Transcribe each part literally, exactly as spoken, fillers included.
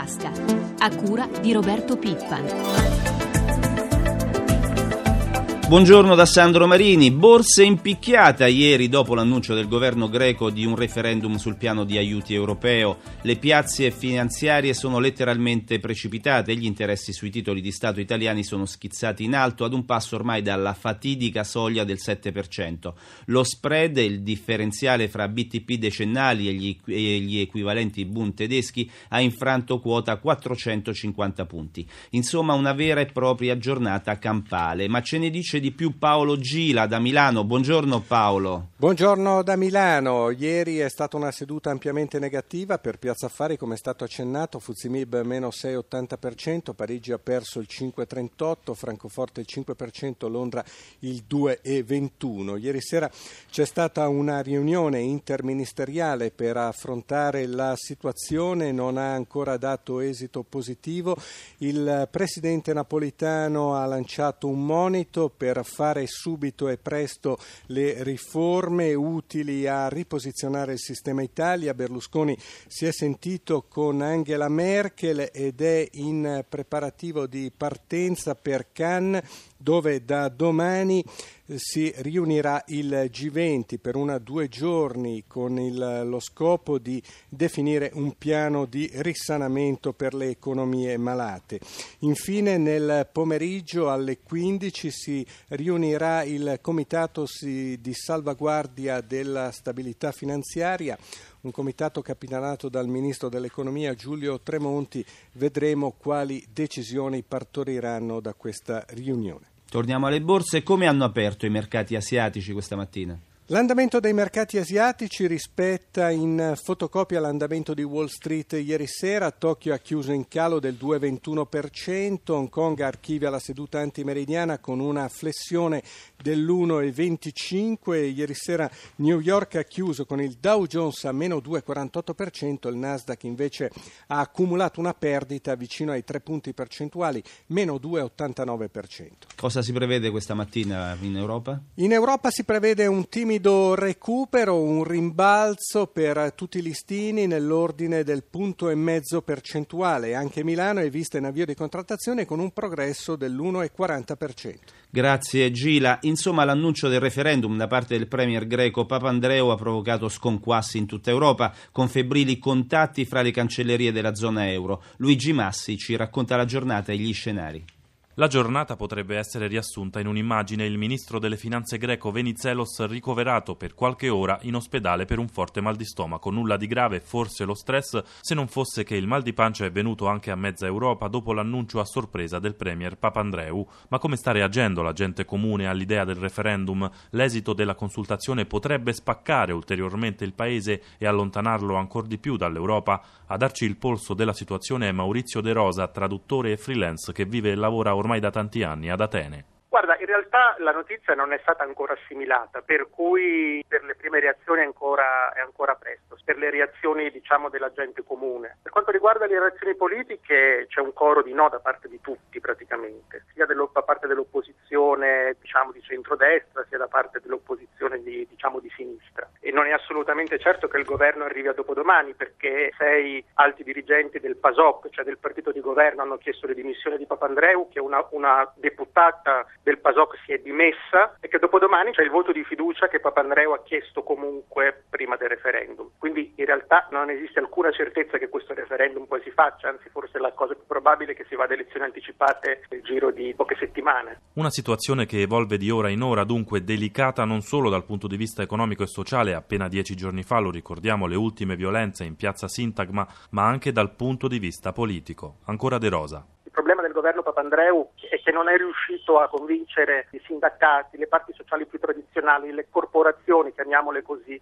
tasca, a cura di Roberto Pippan. Buongiorno da Sandro Marini. Borse impicchiata ieri dopo l'annuncio del governo greco di un referendum sul piano di aiuti europeo. Le piazze finanziarie sono letteralmente precipitate e gli interessi sui titoli di Stato italiani sono schizzati in alto ad un passo ormai dalla fatidica soglia del sette per cento. Lo spread, il differenziale fra B T P decennali e gli, e gli equivalenti Bund tedeschi, ha infranto quota quattrocentocinquanta punti. Insomma, una vera e propria giornata campale. Ma ce ne dice di più Paolo Gila da Milano. Buongiorno Paolo. Buongiorno da Milano. Ieri è stata una seduta ampiamente negativa per Piazza Affari, come è stato accennato. Fuzimib meno sei virgola ottanta per cento, Parigi ha perso il cinque virgola trentotto, Francoforte il cinque per cento, Londra il due virgola ventuno. Ieri sera c'è stata una riunione interministeriale per affrontare la situazione, non ha ancora dato esito positivo. Il presidente Napolitano ha lanciato un monito per per fare subito e presto le riforme utili a riposizionare il sistema Italia. Berlusconi si è sentito con Angela Merkel ed è in preparativo di partenza per Cannes, dove da domani si riunirà il G venti per una due giorni con il, lo scopo di definire un piano di risanamento per le economie malate. Infine nel pomeriggio alle quindici si riunirà il Comitato di salvaguardia della stabilità finanziaria, un comitato capitanato dal Ministro dell'Economia Giulio Tremonti. Vedremo quali decisioni partoriranno da questa riunione. Torniamo alle borse. Come hanno aperto i mercati asiatici questa mattina? L'andamento dei mercati asiatici rispetta in fotocopia l'andamento di Wall Street ieri sera. Tokyo ha chiuso in calo del due virgola ventuno per cento, Hong Kong archivia la seduta antimeridiana con una flessione dell'uno virgola venticinque per cento. Ieri sera New York ha chiuso con il Dow Jones a meno due virgola quarantotto per cento, il Nasdaq invece ha accumulato una perdita vicino ai tre punti percentuali, meno due virgola ottantanove per cento. Cosa si prevede questa mattina in Europa? In Europa si prevede un timido recupero, un rimbalzo per tutti i listini nell'ordine del punto e mezzo percentuale. Anche Milano è vista in avvio di contrattazione con un progresso dell'uno virgola quaranta per cento. Grazie Gila. Insomma, l'annuncio del referendum da parte del premier greco Papandreou ha provocato sconquassi in tutta Europa, con febbrili contatti fra le cancellerie della zona euro. Luigi Massi ci racconta la giornata e gli scenari. La giornata potrebbe essere riassunta in un'immagine: il ministro delle finanze greco Venizelos ricoverato per qualche ora in ospedale per un forte mal di stomaco. Nulla di grave, forse lo stress, se non fosse che il mal di pancia è venuto anche a mezza Europa dopo l'annuncio a sorpresa del premier Papandreou. Ma come sta reagendo la gente comune all'idea del referendum? L'esito della consultazione potrebbe spaccare ulteriormente il paese e allontanarlo ancor di più dall'Europa? A darci il polso della situazione è Maurizio De Rosa, traduttore e freelance che vive e lavora ormai da tanti anni ad Atene. Guarda, in realtà la notizia non è stata ancora assimilata, per cui per le prime reazioni è ancora, è ancora presto, per le reazioni diciamo della gente comune. Per quanto riguarda le reazioni politiche c'è un coro di no da parte di tutti praticamente, sia dello, da parte dell'opposizione diciamo di centrodestra, sia da parte dell'opposizione di, diciamo di sinistra. E non è assolutamente certo che il governo arrivi a dopodomani, perché sei alti dirigenti del PASOK, cioè del partito di governo, hanno chiesto le dimissioni di Papandreou, che una, una deputata del PASOK si è dimessa, e che dopodomani c'è il voto di fiducia che Papandreou ha chiesto comunque prima del referendum. Quindi in realtà non esiste alcuna certezza che questo referendum poi si faccia, anzi forse la cosa più probabile è che si vada a elezioni anticipate nel giro di poche settimane. Una situazione che evolve di ora in ora, dunque delicata non solo dal punto di vista economico e sociale. Appena dieci giorni fa, lo ricordiamo, le ultime violenze in piazza Sintagma, ma anche dal punto di vista politico. Ancora De Rosa. Il problema del governo Papandreou è che non è riuscito a convincere i sindacati, le parti sociali più tradizionali, le corporazioni, chiamiamole così,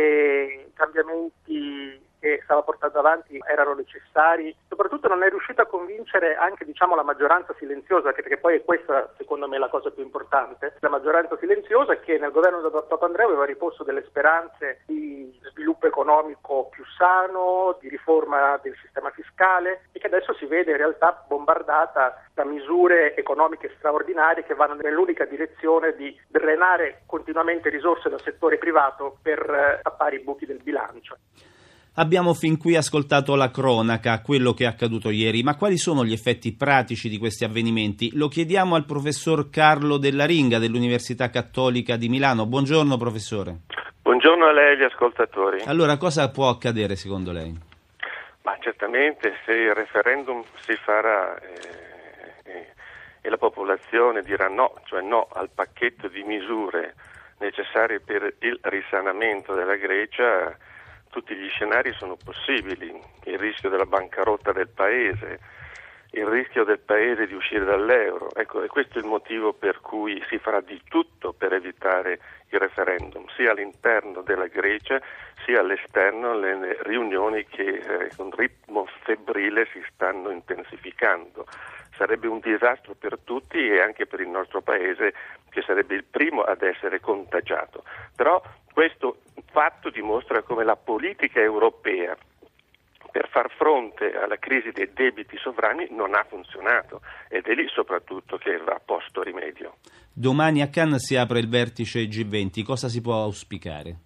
che cambiamenti che stava portando avanti erano necessari. Soprattutto non è riuscito a convincere anche diciamo la maggioranza silenziosa, perché poi è questa secondo me la cosa più importante, la maggioranza silenziosa che nel governo di Papandreou aveva riposto delle speranze di sviluppo economico più sano, di riforma del sistema fiscale, e che adesso si vede in realtà bombardata da misure economiche straordinarie che vanno nell'unica direzione di drenare continuamente risorse dal settore privato per tappare i buchi del bilancio. Abbiamo fin qui ascoltato la cronaca, quello che è accaduto ieri, ma quali sono gli effetti pratici di questi avvenimenti? Lo chiediamo al professor Carlo Della-Ringa dell'Università Cattolica di Milano. Buongiorno professore. Buongiorno a lei e agli ascoltatori. Allora, cosa può accadere secondo lei? Ma certamente se il referendum si farà eh, eh, e la popolazione dirà no, cioè no al pacchetto di misure necessarie per il risanamento della Grecia, tutti gli scenari sono possibili, il rischio della bancarotta del paese, il rischio del paese di uscire dall'euro. Ecco, e questo è il motivo per cui si farà di tutto per evitare il referendum, sia all'interno della Grecia sia all'esterno, le riunioni che eh, con ritmo febbrile si stanno intensificando. Sarebbe un disastro per tutti e anche per il nostro paese, che sarebbe il primo ad essere contagiato. Però questo fatto dimostra come la politica europea per far fronte alla crisi dei debiti sovrani non ha funzionato, ed è lì soprattutto che va posto rimedio. Domani a Cannes si apre il vertice G venti, cosa si può auspicare?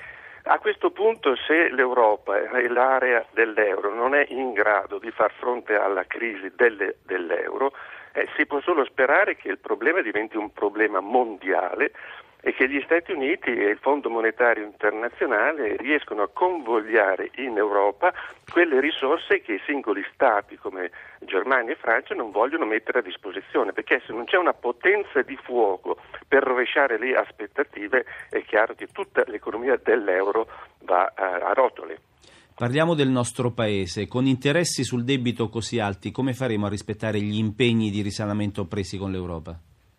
A questo punto, se l'Europa e l'area dell'euro non è in grado di far fronte alla crisi delle, dell'euro, eh, si può solo sperare che il problema diventi un problema mondiale e che gli Stati Uniti e il Fondo Monetario Internazionale riescono a convogliare in Europa quelle risorse che i singoli Stati come Germania e Francia non vogliono mettere a disposizione, perché se non c'è una potenza di fuoco per rovesciare le aspettative è chiaro che tutta l'economia dell'euro va a, a rotole. Parliamo del nostro paese. Con interessi sul debito così alti, come faremo a rispettare gli impegni di risanamento presi con l'Europa?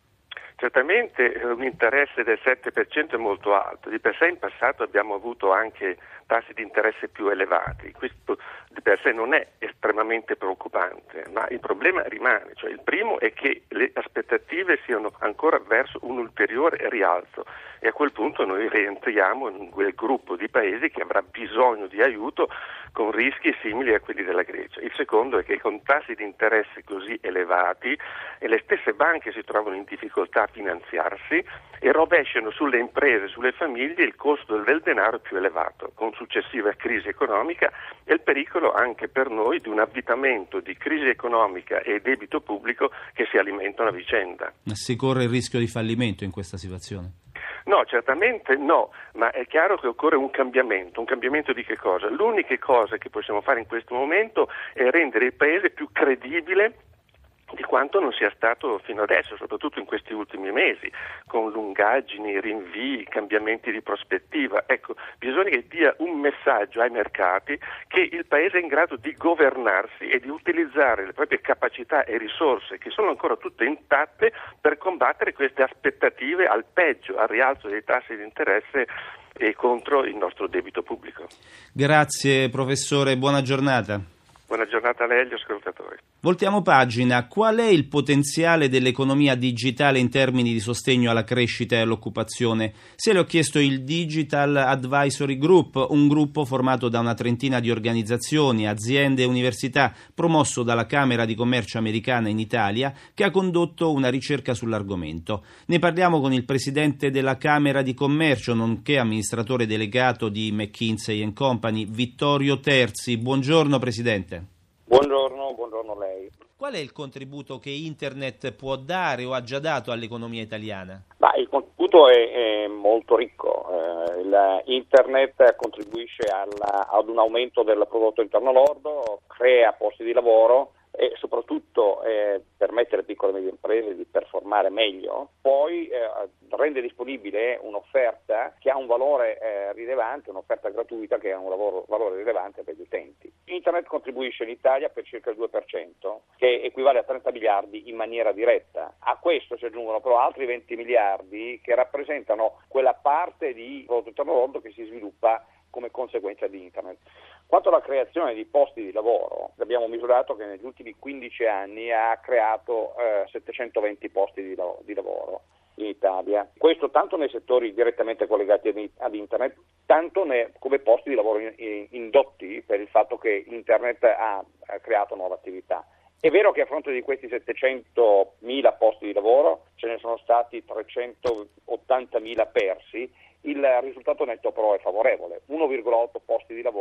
Certamente un interesse del sette per cento è molto alto, di per sé in passato abbiamo avuto anche tassi di interesse più elevati, questo di per sé non è estremamente preoccupante, ma il problema rimane, cioè il primo è che le aspettative siano ancora verso un ulteriore rialzo e a quel punto noi rientriamo in quel gruppo di paesi che avrà bisogno di aiuto con rischi simili a quelli della Grecia. Il secondo è che con tassi di interesse così elevati e le stesse banche si trovano in difficoltà a finanziarsi e rovesciano sulle imprese, sulle famiglie il costo del denaro più elevato, con successiva crisi economica e il pericolo anche per noi di un avvitamento di crisi economica e debito pubblico che si alimentano a vicenda. Ma si corre il rischio di fallimento in questa situazione? No, certamente no, ma è chiaro che occorre un cambiamento. Un cambiamento di che cosa? L'unica cosa che possiamo fare in questo momento è rendere il Paese più credibile di quanto non sia stato fino adesso, soprattutto in questi ultimi mesi, con lungaggini, rinvii, cambiamenti di prospettiva. Ecco, bisogna che dia un messaggio ai mercati che il Paese è in grado di governarsi e di utilizzare le proprie capacità e risorse, che sono ancora tutte intatte, per combattere queste aspettative al peggio, al rialzo dei tassi di interesse e contro il nostro debito pubblico. Grazie professore, buona giornata. Buona giornata a lei e agli ascoltatori. Voltiamo pagina. Qual è il potenziale dell'economia digitale in termini di sostegno alla crescita e all'occupazione? Se le ho chiesto il Digital Advisory Group, un gruppo formato da una trentina di organizzazioni, aziende e università, promosso dalla Camera di Commercio americana in Italia, che ha condotto una ricerca sull'argomento. Ne parliamo con il presidente della Camera di Commercio, nonché amministratore delegato di McKinsey and Company, Vittorio Terzi. Buongiorno presidente. Buongiorno, buongiorno a lei. Qual è il contributo che Internet può dare o ha già dato all'economia italiana? Ma il contributo è, è molto ricco. Eh, il, Internet contribuisce alla, ad un aumento del prodotto interno lordo, crea posti di lavoro e soprattutto eh, permette alle piccole e medie imprese di performare meglio, poi eh, rende disponibile un'offerta che ha un valore eh, rilevante, un'offerta gratuita che ha un lavoro, valore rilevante per gli utenti. Internet contribuisce in Italia per circa il due per cento, che equivale a trenta miliardi in maniera diretta. A questo si aggiungono però altri venti miliardi che rappresentano quella parte di prodotto interno lordo che si sviluppa come conseguenza di Internet. Quanto alla creazione di posti di lavoro, abbiamo misurato che negli ultimi quindici anni ha creato eh, settecentoventi posti di, lav- di lavoro in Italia. Questo tanto nei settori direttamente collegati ad, ad Internet, tanto ne, come posti di lavoro in, in, indotti per il fatto che Internet ha, ha creato nuove attività. È vero che a fronte di questi settecentomila posti di lavoro ce ne sono stati trecentottantamila persi. Il risultato netto però è favorevole, uno virgola otto posti di lavoro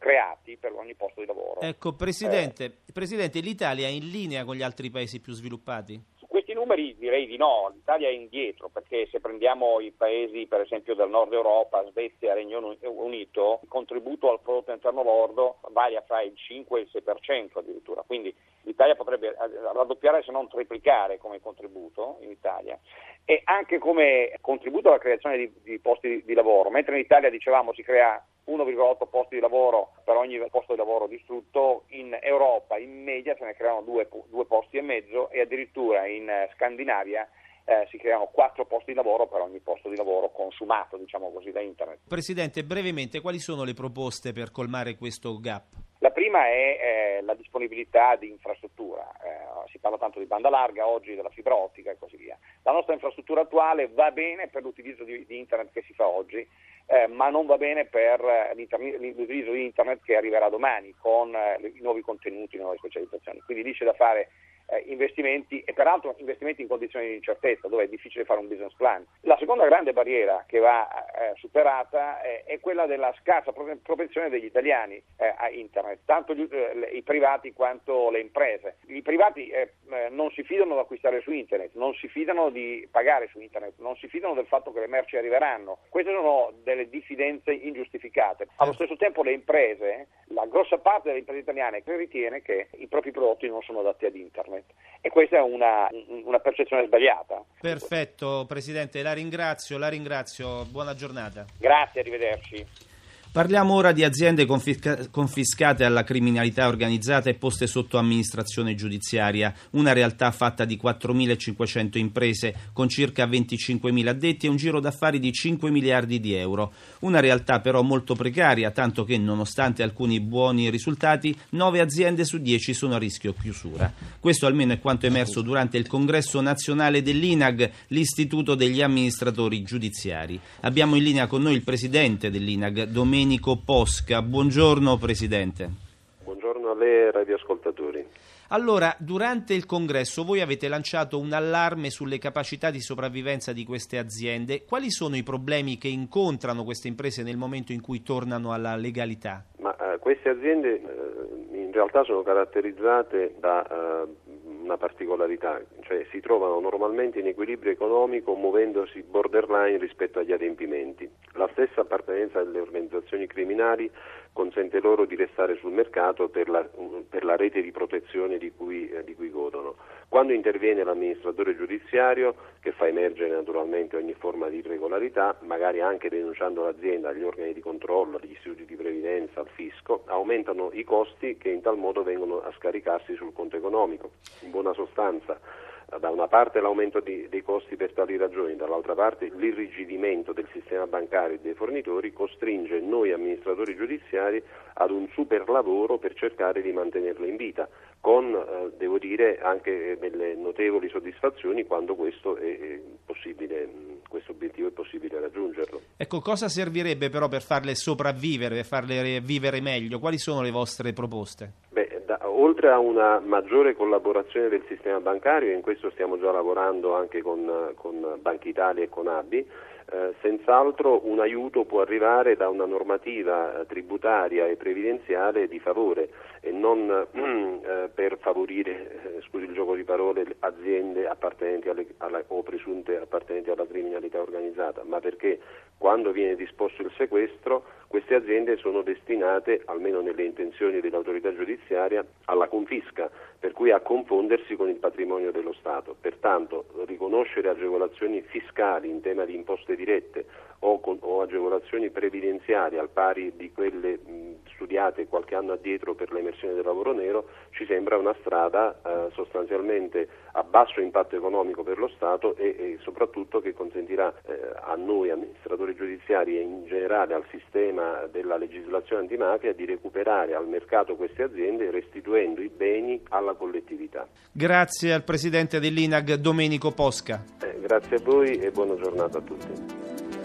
creati per ogni posto di lavoro. Ecco, Presidente, eh, Presidente, l'Italia è in linea con gli altri paesi più sviluppati? Questi numeri direi di no, l'Italia è indietro, perché se prendiamo i paesi per esempio del nord Europa, Svezia, Regno Unito, il contributo al prodotto interno lordo varia fra il cinque e il sei per cento addirittura, quindi l'Italia potrebbe raddoppiare se non triplicare come contributo in Italia e anche come contributo alla creazione di, di posti di, di lavoro, mentre in Italia dicevamo si crea uno virgola otto posti di lavoro per ogni posto di lavoro distrutto, in Europa in media se ne creano due, due posti e mezzo e addirittura in Scandinavia eh, si creano quattro posti di lavoro per ogni posto di lavoro consumato, diciamo così, da internet. Presidente, brevemente, quali sono le proposte per colmare questo gap? La prima è eh, la disponibilità di infrastruttura, eh, si parla tanto di banda larga oggi, della fibra ottica e così via. La nostra infrastruttura attuale va bene per l'utilizzo di, di internet che si fa oggi, eh, ma non va bene per eh, l'utilizzo di internet che arriverà domani con eh, i nuovi contenuti, le nuove specializzazioni. Quindi lì c'è da fare eh, investimenti e peraltro investimenti in condizioni di incertezza, dove è difficile fare un business plan. La seconda grande barriera che va eh, superata eh, è quella della scarsa propensione degli italiani eh, a internet, tanto gli, eh, i privati quanto le imprese. I privati eh, non si fidano di acquistare su internet, non si fidano di pagare su internet, non si fidano del fatto che le merci arriveranno. Queste sono delle diffidenze ingiustificate. Allo stesso tempo le imprese, la grossa parte delle imprese italiane ritiene che i propri prodotti non sono adatti ad internet e questa è una, una percezione sbagliata. Perfetto, Presidente, la ringrazio, la ringrazio, buona giornata. Grazie, arrivederci. Parliamo ora di aziende confisca- confiscate alla criminalità organizzata e poste sotto amministrazione giudiziaria, una realtà fatta di quattromilacinquecento imprese con circa venticinquemila addetti e un giro d'affari di cinque miliardi di euro. Una realtà però molto precaria, tanto che nonostante alcuni buoni risultati, nove aziende su dieci sono a rischio chiusura. Questo almeno è quanto emerso durante il congresso nazionale dell'I N A G, l'Istituto degli amministratori giudiziari. Abbiamo in linea con noi il presidente dell'I N A G, Domenico Posca. Buongiorno Presidente. Buongiorno a lei e ai radioascoltatori. Allora, durante il congresso voi avete lanciato un allarme sulle capacità di sopravvivenza di queste aziende. Quali sono i problemi che incontrano queste imprese nel momento in cui tornano alla legalità? Ma uh, queste aziende uh, in realtà sono caratterizzate da uh, una particolarità, cioè si trovano normalmente in equilibrio economico muovendosi borderline rispetto agli adempimenti. La stessa appartenenza alle organizzazioni criminali consente loro di restare sul mercato per la, per la rete di protezione di cui, eh, di cui godono. Quando interviene l'amministratore giudiziario, che fa emergere naturalmente ogni forma di irregolarità, magari anche denunciando l'azienda agli organi di controllo, agli istituti di previdenza, al fisco, aumentano i costi che in tal modo vengono a scaricarsi sul conto economico. In buona sostanza, da una parte l'aumento di, dei costi per tali ragioni, dall'altra parte l'irrigidimento del sistema bancario e dei fornitori costringe noi amministratori giudiziari ad un super lavoro per cercare di mantenerle in vita, con, eh, devo dire, anche delle notevoli soddisfazioni quando questo è, è possibile, questo obiettivo è possibile raggiungerlo. Ecco, cosa servirebbe però per farle sopravvivere, per farle vivere meglio? Quali sono le vostre proposte? Beh, da, oltre a una maggiore collaborazione del sistema bancario, e in questo stiamo già lavorando anche con, con Banca Italia e con A B I, eh, senz'altro un aiuto può arrivare da una normativa eh, tributaria e previdenziale di favore e non eh, per favorire, eh, scusi il gioco di parole, aziende appartenenti alle, alla, o presunte appartenenti alla criminalità organizzata, ma perché quando viene disposto il sequestro queste aziende sono destinate, almeno nelle intenzioni dell'autorità giudiziaria, alla confisca, per cui a confondersi con il patrimonio dello Stato. Pertanto riconoscere agevolazioni fiscali in tema di imposte dirette o, con, o agevolazioni previdenziali al pari di quelle mh, studiate qualche anno addietro per l'emersione del lavoro nero ci sembra una strada eh, sostanzialmente a basso impatto economico per lo Stato e, e soprattutto che consentirà eh, a noi amministratori giudiziari e in generale al sistema della legislazione antimafia di recuperare al mercato queste aziende restituendo i beni alla collettività. Grazie al Presidente dell'I N A G, Domenico Posca. Eh, grazie a voi e buona giornata a tutti.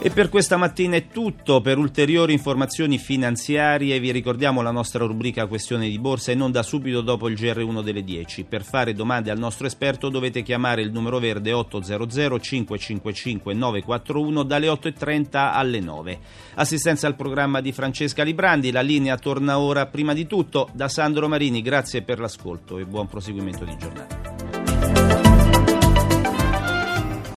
E per questa mattina è tutto. Per ulteriori informazioni finanziarie vi ricordiamo la nostra rubrica Questione di Borsa, e non da subito dopo il G R uno delle dieci. Per fare domande al nostro esperto dovete chiamare il numero verde otto zero zero cinque cinque cinque nove quattro uno dalle otto e trenta alle nove. Assistenza al programma di Francesca Librandi. La linea torna ora. Prima di tutto da Sandro Marini, grazie per l'ascolto e buon proseguimento di giornata.